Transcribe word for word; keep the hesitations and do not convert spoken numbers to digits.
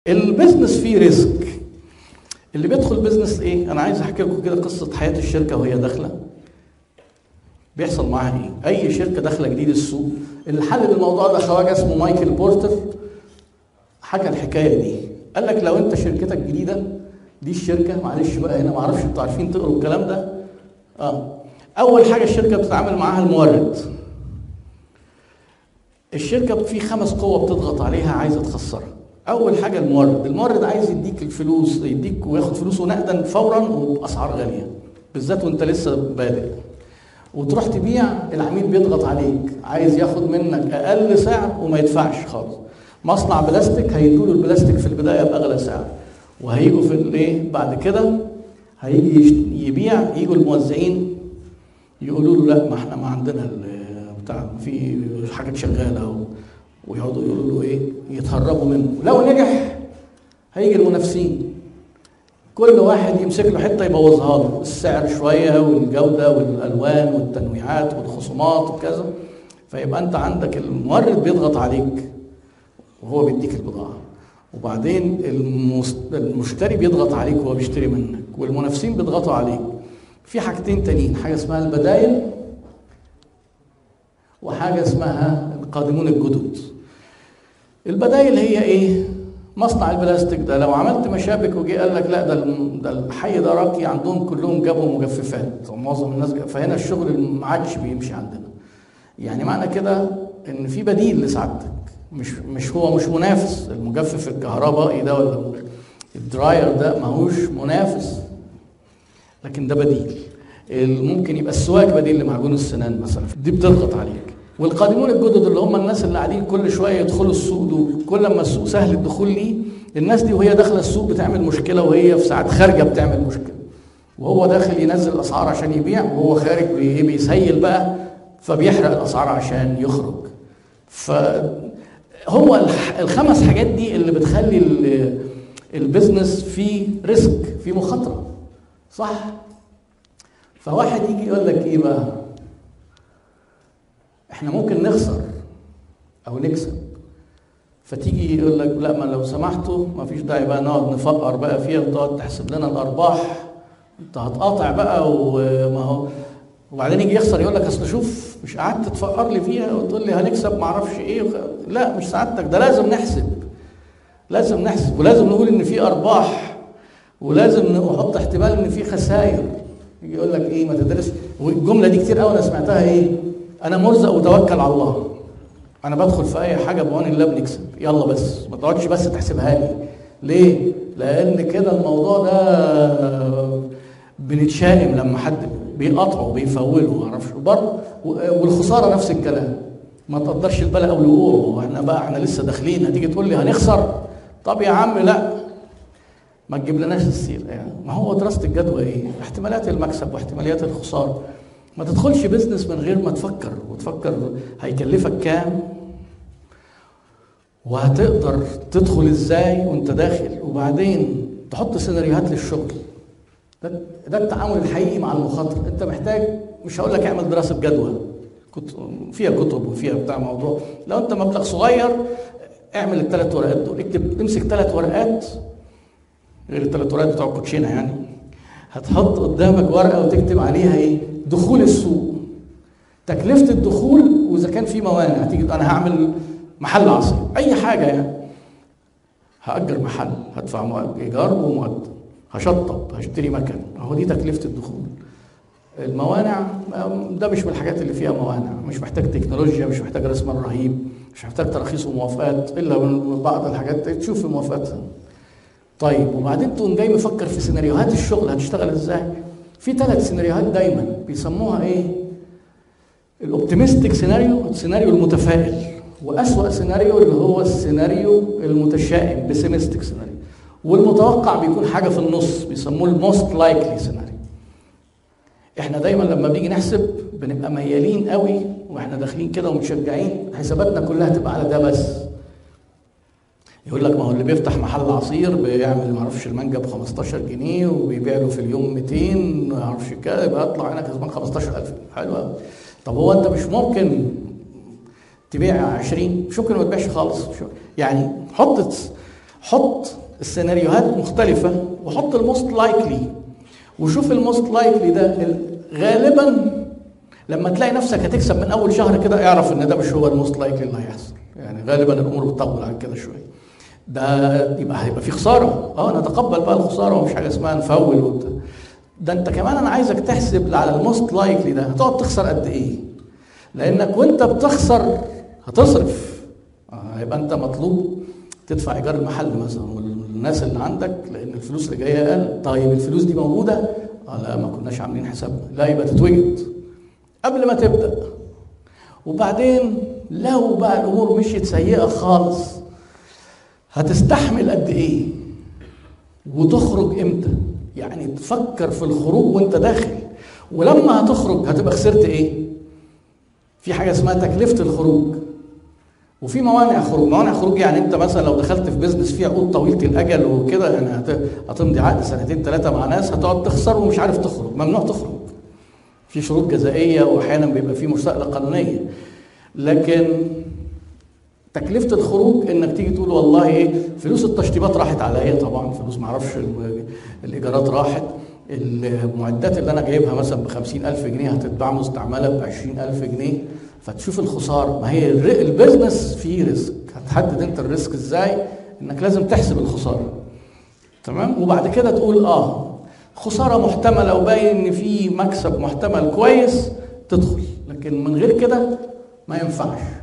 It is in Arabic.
البيزنس فيه ريسك. اللي بيدخل بيزنس ايه؟ انا عايز احكي لكم كده قصه حياه الشركه وهي داخله. بيحصل معاها ايه؟ اي شركه داخله جديد السوق، اللي حلل الموضوع ده خواجه اسمه مايكل بورتر حكى الحكايه دي. قال لك لو انت شركتك جديده، دي الشركه، معلش بقى هنا ما اعرفش انتوا عارفين تقروا الكلام ده؟ اه اول حاجه الشركه بتتعامل معاها المورد. الشركه في خمس قوى بتضغط عليها عايزه تخسرها. اول حاجه المورد، المورد عايز يديك الفلوس، يديك وياخد فلوسه نقدا فورا وباسعار غاليه، بالذات وانت لسه بادئ. وتروح تبيع، العميل بيضغط عليك، عايز ياخد منك اقل سعر وما يدفعش خالص. مصنع بلاستيك هيدوا له البلاستيك في البدايه باغلى سعر، وهيجوا في الايه بعد كده هيجي يبيع، يجوا الموزعين يقولوا له لا ما احنا ما عندنا بتاع في حاجات شغاله، ويقعدوا يقولوا له ايه، يتهربوا منه. لو نجح هيجي المنافسين كل واحد يمسك له حته يبوظها له، السعر شويه والجوده والالوان والتنويعات والخصومات وكذا. فيبقى انت عندك المورد بيضغط عليك وهو بيديك البضاعه، وبعدين المشتري بيضغط عليك وهو بيشتري منك، والمنافسين بيضغطوا عليك. في حاجتين تانيين، حاجه اسمها البدايل وحاجه اسمها القادمون الجدد. البدايل هي ايه؟ مصنع البلاستيك ده لو عملت مشابك وجي قال لك لا ده ده الحي ده راقي، عندهم كلهم جابوا مجففات، معظم الناس جاب. فهنا الشغل ما عادش بيمشي عندنا. يعني معنى كده ان في بديل لسعادتك، مش مش هو مش منافس. المجفف الكهربائي ده ولا الدراير ده ما هوش منافس، لكن ده بديل. ممكن يبقى السواك بديل لمعجون السنان مثلا، دي بتضغط عليك. والقادمون الجدد اللي هم الناس اللي قاعدين كل شويه يدخلوا السوق دول، كل ما السوق سهل الدخول ليه، الناس دي وهي داخله السوق بتعمل مشكله، وهي في ساعات خارجه بتعمل مشكله، وهو داخل ينزل الاسعار عشان يبيع، وهو خارج بيسيل بقى فبيحرق الاسعار عشان يخرج. فهو الخمس حاجات دي اللي بتخلي البيزنس فيه ريسك، فيه مخاطره، صح؟ فواحد يجي يقول لك ايه بقى؟ احنا ممكن نخسر او نكسب. فتيجي يقول لك لا ما لو سمحتوا ما فيش داعي بقى نقعد نفقر بقى فيها وتقعد تحسب لنا الارباح، انت هتقاطع بقى وما هو. وبعدين يجي يخسر يقول لك اصل شوف مش قعدت تفقر لي فيها وتقول لي هنكسب ما اعرفش ايه وخ... لا مش سعادتك، ده لازم نحسب، لازم نحسب ولازم نقول ان في ارباح، ولازم نحط احتمال ان في خسائر. يجي يقول لك ايه ما تدرس. والجمله دي كتير قوي انا سمعتها، ايه انا مرزق وتوكل على الله، انا بدخل في اي حاجه بعون الله بنكسب، يلا بس ما تقعدش بس تحسبها لي. ليه؟ لان كده الموضوع ده بنتشائم لما حد بيقطعه وبيفوله ما اعرفش برضه. والخساره نفس الكلام، ما تقدرش البلاء او الوقوع، واحنا بقى احنا لسه داخلين هتيجي تقول لي هنخسر. طب يا عم لا ما تجيب لناش السيره. يعني ما هو دراسه الجدوى ايه؟ احتمالات المكسب واحتماليات الخساره. ما تدخلش بيزنس من غير ما تفكر، وتفكر هيكلفك كام وهتقدر تدخل ازاي وانت داخل، وبعدين تحط سيناريوهات للشغل. ده, ده التعامل الحقيقي مع المخاطره. انت محتاج، مش هقول لك اعمل دراسه جدوى فيها كتب وفيها بتاع موضوع، لو انت مبلغ صغير اعمل الثلاث ورقات دول، اكتب امسك ثلاث ورقات غير الثلاث ورقات بتوع الكوتشينه. يعني هتحط قدامك ورقه وتكتب عليها ايه؟ دخول السوق، تكلفه الدخول، واذا كان في موانع. هتيجي انا هعمل محل عصير اي حاجه، يعني هاجر محل هدفع ايجار ومقدم، هشطب هشتري مكن، اهو دي تكلفه الدخول. الموانع ده مش من الحاجات اللي فيها موانع، مش محتاج تكنولوجيا، مش محتاج راس مال رهيب، مش محتاج تراخيص وموافقات الا من بعض الحاجات تشوف الموافقات. طيب وبعدين تقوم جاي مفكر في سيناريوهات الشغل هتشتغل ازاي. في ثلاث سيناريوهات دايما بيسموها ايه؟ الاوبتيمستيك سيناريو، السيناريو المتفائل، واسوأ سيناريو اللي هو السيناريو المتشائم، بيسيمستيك سيناريو، والمتوقع بيكون حاجه في النص بيسموه الموست لايكلي سيناريو. احنا دايما لما بنيجي نحسب بنبقى ميالين قوي واحنا داخلين كده ومشجعين حساباتنا كلها تبقى على ده بس. يقول لك ما هو اللي بيفتح محل عصير بيعمل ما اعرفش المانجا ب خمستاشر جنيه وبيبيع له في اليوم ميتين ما اعرفش كده، يبقى يطلع هنا كسبان خمستاشر ألف. حلو قوي. طب هو انت مش ممكن تبيع عشرين؟ مش ممكن ما تبيعش خالص. يعني حط حط السيناريوهات مختلفه وحط الموست لايكلي، وشوف الموست لايكلي ده غالبا لما تلاقي نفسك هتكسب من اول شهر كده اعرف ان ده مش هو الموست لايكلي اللي هيحصل. يعني غالبا الامور بتطول عن كده شويه. ده يبقى هيبقى في خساره، اه نتقبل بقى الخساره ومش حاجه اسمها نفول وبتاع. ده انت كمان انا عايزك تحسب على الموست لايكلي ده هتقعد تخسر قد ايه؟ لانك وانت بتخسر هتصرف، هيبقى آه انت مطلوب تدفع ايجار المحل مثلا والناس اللي عندك لان الفلوس اللي جايه اقل. طيب الفلوس دي موجوده؟ اه لا ما كناش عاملين حسابها. لا يبقى تتوجد قبل ما تبدا. وبعدين لو بقى الامور مشيت سيئه خالص هتستحمل قد ايه؟ وتخرج امتى؟ يعني تفكر في الخروج وانت داخل، ولما هتخرج هتبقى خسرت ايه؟ في حاجه اسمها تكلفه الخروج، وفي موانع خروج. موانع خروج يعني انت مثلا لو دخلت في بيزنس فيه عقود طويله الاجل وكده، يعني هتمضي عقد سنتين ثلاثه مع ناس هتقعد تخسر ومش عارف تخرج، ممنوع تخرج. في شروط جزائيه واحيانا بيبقى في مساءله قانونيه. لكن تكلفه الخروج انك تيجي تقول والله ايه فلوس التشطيبات راحت عليا، طبعا فلوس ما اعرفش الايجارات راحت، المعدات اللي انا جايبها مثلا ب خمسين ألف جنيه هتتباع مستعمله ب عشرين ألف جنيه، فتشوف الخساره. ما هي البيزنس فيه ريسك، هتحدد انت الريسك ازاي؟ انك لازم تحسب الخساره. تمام؟ وبعد كده تقول اه خساره محتمله وباين ان في مكسب محتمل كويس تدخل، لكن من غير كده ما ينفعش.